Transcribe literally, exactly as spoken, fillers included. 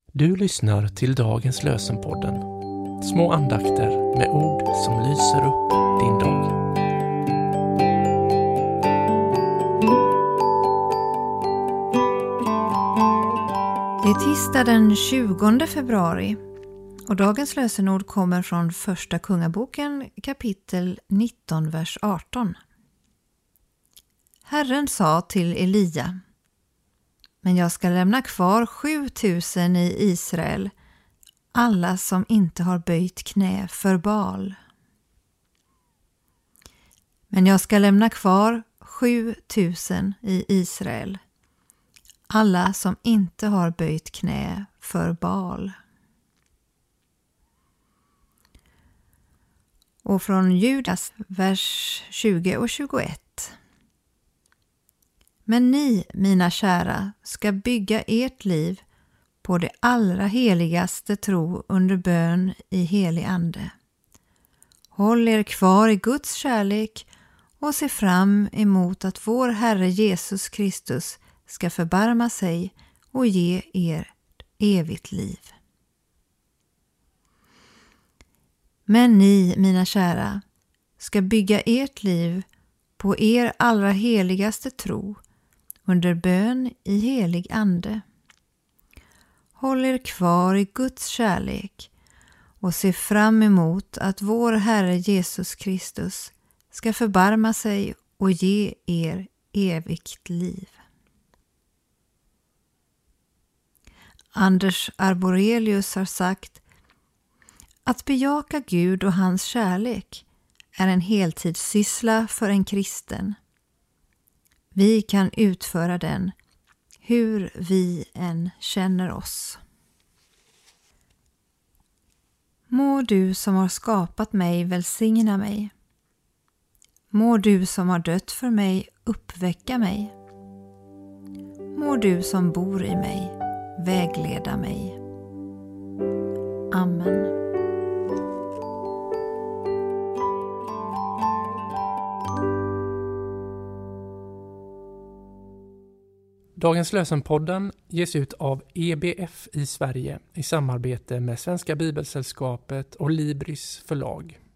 Du lyssnar till dagens lösenpodden. Små andakter med ord som lyser upp din dag. Det är tisdag den tjugonde februari och dagens lösenord kommer från första kungaboken kapitel nitton vers arton. Herren sa till Elia: Men jag ska lämna kvar sjutusen i Israel, alla som inte har böjt knä för Baal. Men jag ska lämna kvar sjutusen i Israel, alla som inte har böjt knä för Baal. Och från Judas vers tjugo och tjugoett. Men ni, mina kära, ska bygga ert liv på det allra heligaste tro under bön i helig ande. Håll er kvar i Guds kärlek och se fram emot att vår Herre Jesus Kristus ska förbarma sig och ge er evigt liv. Men ni, mina kära, ska bygga ert liv på er allra heligaste tro under bön i helig ande. Håll er kvar i Guds kärlek och se fram emot att vår Herre Jesus Kristus ska förbarma sig och ge er evigt liv. Anders Arborelius har sagt: att bejaka Gud och hans kärlek är en heltidssyssla för en kristen. Vi kan utföra den hur vi än känner oss. Må du som har skapat mig välsigna mig. Må du som har dött för mig uppväcka mig. Må du som bor i mig vägleda mig. Amen. Dagens lösenpodden ges ut av E B F i Sverige i samarbete med Svenska Bibelsällskapet och Libris förlag.